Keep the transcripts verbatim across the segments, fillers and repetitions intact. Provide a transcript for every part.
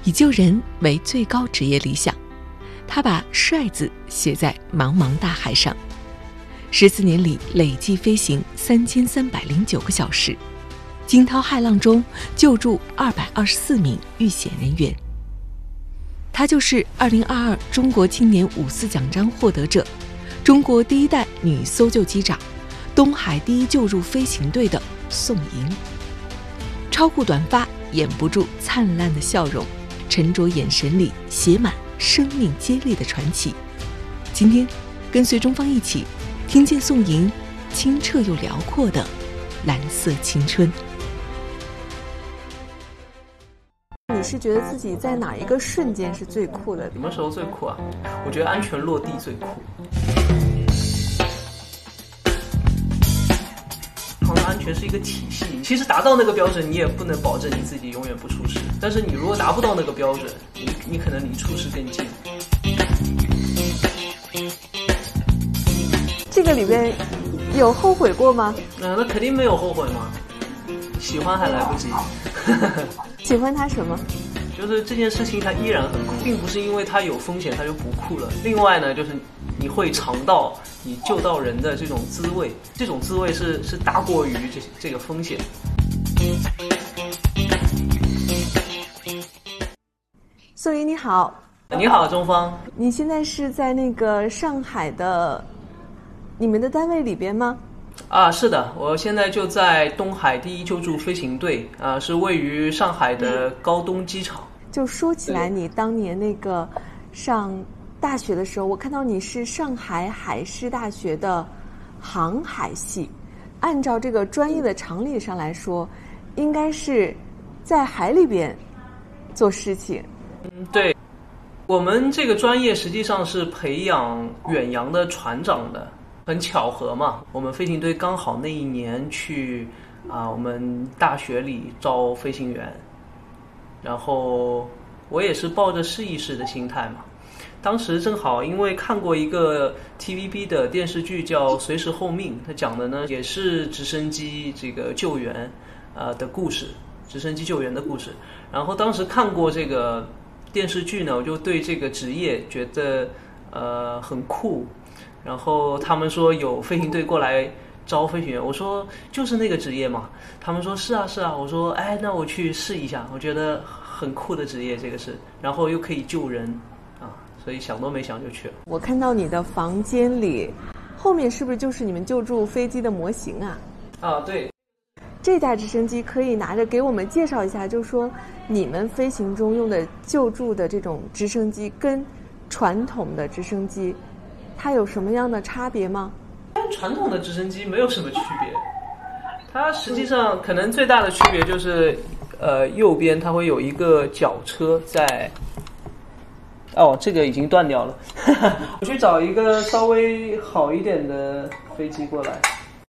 以救人为最高职业理想，他把帅字写在茫茫大海上。十四年里累计飞行三千三百零九个小时，惊涛骇浪中救助二百二十四名遇险人员。她就是二零二二中国青年五四奖章获得者，中国第一代女搜救机长，东海第一救助飞行队的宋莹。超酷短发掩不住灿烂的笑容，沉着眼神里写满生命接力的传奇。今天跟随中方一起听见宋莹清澈又辽阔的蓝色青春。 你是觉得自己在哪一个瞬间是最酷的？ 什么时候最酷啊？我觉得安全落地最酷。航空安全是一个体系，其实达到那个标准，你也不能保证你自己永远不出事。但是你如果达不到那个标准，你你可能离出事更近。 这个里边有后悔过吗？ 那、呃、那肯定没有后悔嘛，喜欢还来不及。 喜欢他什么？ 就是这件事情它依然很酷，并不是因为它有风险它就不酷了。另外呢，就是你会尝到你救到人的这种滋味，这种滋味是是大过于这这个风险。 宋莹你好。 你好，中方。 你现在是在那个上海的你们的单位里边吗？ 啊，是的，我现在就在东海第一救助飞行队，啊，是位于上海的高东机场。 就说起来，你当年那个上大学的时候，我看到你是上海海事大学的航海系，按照这个专业的常理上来说，应该是在海里边做事情。 嗯，对，我们这个专业实际上是培养远洋的船长的。很巧合嘛，我们飞行队刚好那一年去啊，我们大学里招飞行员，然后我也是抱着试一试的心态嘛。当时正好因为看过一个 T V B 的电视剧叫《随时候命》，它讲的呢也是直升机这个救援呃的故事，直升机救援的故事。然后当时看过这个电视剧呢，我就对这个职业觉得呃很酷。然后他们说有飞行队过来招飞行员，我说就是那个职业嘛。他们说是啊是啊，我说哎那我去试一下，我觉得很酷的职业这个是，然后又可以救人啊，所以想都没想就去了。 我看到你的房间里，后面是不是就是你们救助飞机的模型啊？ 啊，对。 这架直升机可以拿着给我们介绍一下，就是说你们飞行中用的救助的这种直升机跟传统的直升机它有什么样的差别吗？ 传统的直升机没有什么区别，它实际上可能最大的区别就是，呃，右边它会有一个绞车在。哦，这个已经断掉了。我去找一个稍微好一点的飞机过来。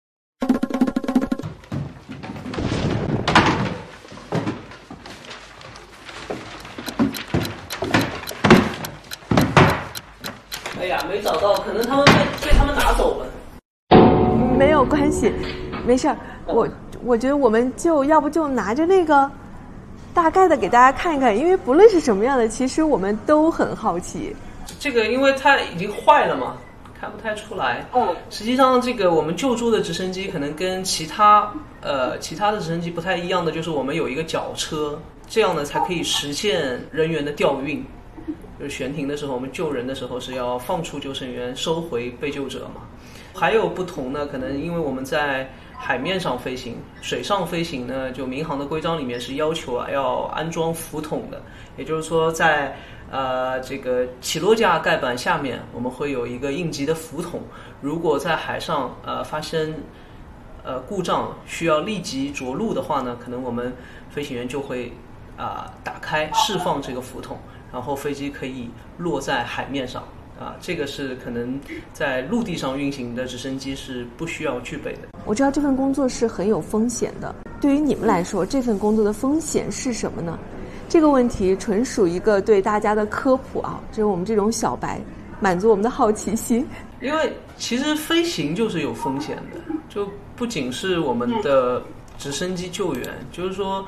哎呀，没找到，可能他们被被他们拿走了。 没有关系，没事儿。我我觉得我们就要不就拿着那个，大概的给大家看一看，因为不论是什么样的，其实我们都很好奇。 这个因为它已经坏了嘛，看不太出来。哦，实际上这个我们救助的直升机可能跟其他呃其他的直升机不太一样的，就是我们有一个绞车，这样呢才可以实现人员的调运。就是悬停的时候，我们救人的时候是要放出救生员，收回被救者嘛。还有不同呢，可能因为我们在海面上飞行，水上飞行呢，就民航的规章里面是要求啊要安装浮筒的，也就是说在呃这个起落架盖板下面，我们会有一个应急的浮筒。如果在海上呃发生呃故障，需要立即着陆的话呢，可能我们飞行员就会啊、呃、打开释放这个浮筒。然后飞机可以落在海面上啊，这个是可能在陆地上运行的直升机是不需要具备的。 我知道这份工作是很有风险的，对于你们来说，这份工作的风险是什么呢？这个问题纯属一个对大家的科普啊，这是我们这种小白满足我们的好奇心。 因为其实飞行就是有风险的，就不仅是我们的直升机救援，就是说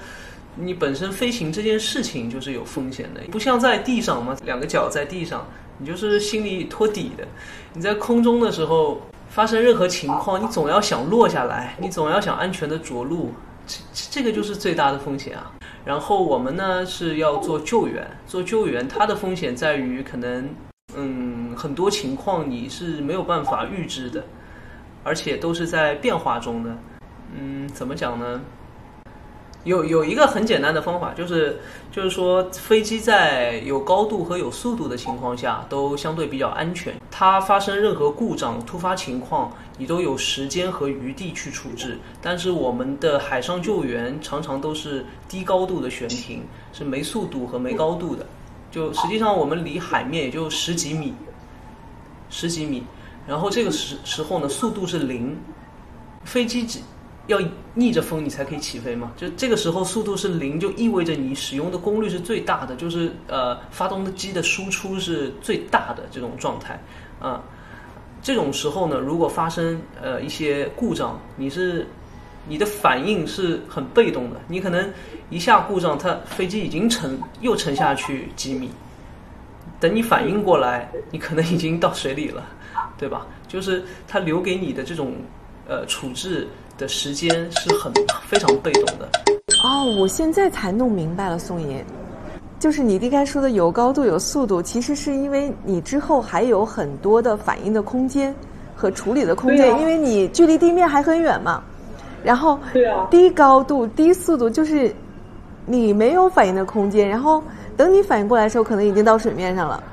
你本身飞行这件事情就是有风险的，不像在地上嘛，两个脚在地上，你就是心里托底的。你在空中的时候发生任何情况，你总要想落下来，你总要想安全的着陆，这这个就是最大的风险啊。然后我们呢是要做救援，做救援它的风险在于可能嗯很多情况你是没有办法预知的，而且都是在变化中的。嗯，怎么讲呢？有有一个很简单的方法，就是就是说飞机在有高度和有速度的情况下都相对比较安全，它发生任何故障突发情况你都有时间和余地去处置。但是我们的海上救援常常都是低高度的悬停，是没速度和没高度的，就实际上我们离海面也就十几米十几米，然后这个时时候呢速度是零，飞机只要逆着风你才可以起飞嘛，就这个时候速度是零，就意味着你使用的功率是最大的，就是呃发动机的输出是最大的这种状态啊、呃。这种时候呢，如果发生呃一些故障，你是你的反应是很被动的，你可能一下故障，它飞机已经沉又沉下去几米，等你反应过来，你可能已经到水里了，对吧？就是它留给你的这种呃处置的时间是很非常被动的。 哦，我现在才弄明白了，宋爷，就是你离开说的有高度有速度，其实是因为你之后还有很多的反应的空间和处理的空间、啊、因为你距离地面还很远嘛。然后低高度低速度就是你没有反应的空间，然后等你反应过来的时候可能已经到水面上了。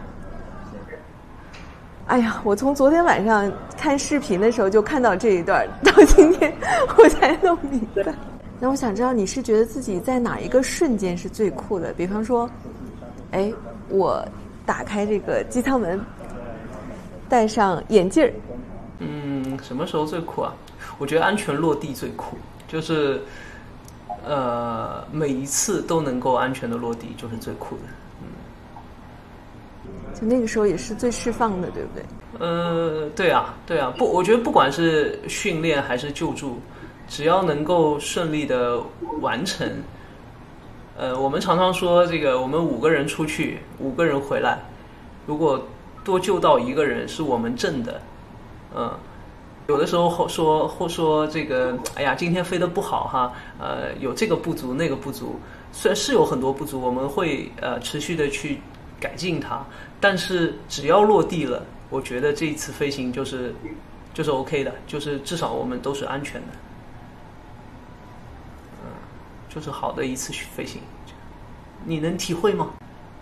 哎呀，我从昨天晚上看视频的时候就看到这一段，到今天我才弄明白。那我想知道你是觉得自己在哪一个瞬间是最酷的？比方说，哎，我打开这个机舱门，戴上眼镜儿。 嗯，什么时候最酷啊？我觉得安全落地最酷，就是呃每一次都能够安全的落地就是最酷的。 就那个时候也是最释放的，对不对？ 呃，对啊，对啊，不，我觉得不管是训练还是救助，只要能够顺利的完成，呃，我们常常说这个，我们五个人出去，五个人回来，如果多救到一个人，是我们挣的，嗯、呃。有的时候说或说这个，哎呀，今天飞得不好哈，呃，有这个不足那个不足，虽然是有很多不足，我们会呃持续的去改进它，但是只要落地了，我觉得这一次飞行就是就是 OK 的，就是至少我们都是安全的，嗯，就是好的一次飞行，你能体会吗？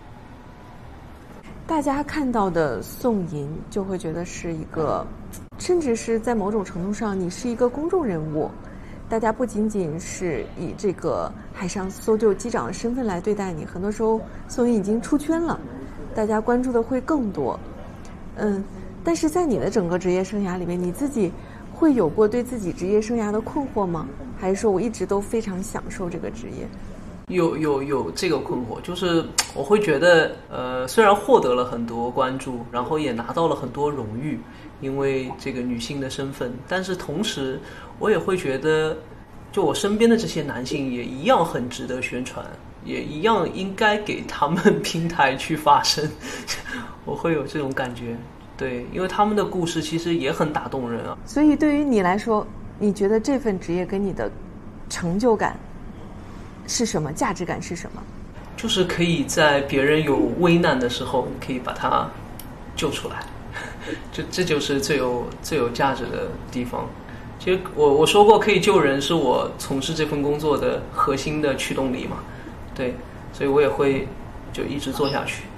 大家看到的宋银就会觉得是一个，甚至是在某种程度上你是一个公众人物，大家不仅仅是以这个海上搜救机长的身份来对待你，很多时候宋银已经出圈了，大家关注的会更多。嗯，但是在你的整个职业生涯里面，你自己会有过对自己职业生涯的困惑吗？还是说我一直都非常享受这个职业？ 有有有这个困惑，就是我会觉得，呃，虽然获得了很多关注，然后也拿到了很多荣誉，因为这个女性的身份，但是同时我也会觉得，就我身边的这些男性也一样很值得宣传，也一样应该给他们平台去发声，我会有这种感觉，对，因为他们的故事其实也很打动人啊。 所以对于你来说，你觉得这份职业给你的成就感是什么？价值感是什么？ 就是可以在别人有危难的时候，你可以把他救出来，这这就是最有最有价值的地方。其实我我说过，可以救人是我从事这份工作的核心的驱动力嘛，对，所以我也会就一直做下去。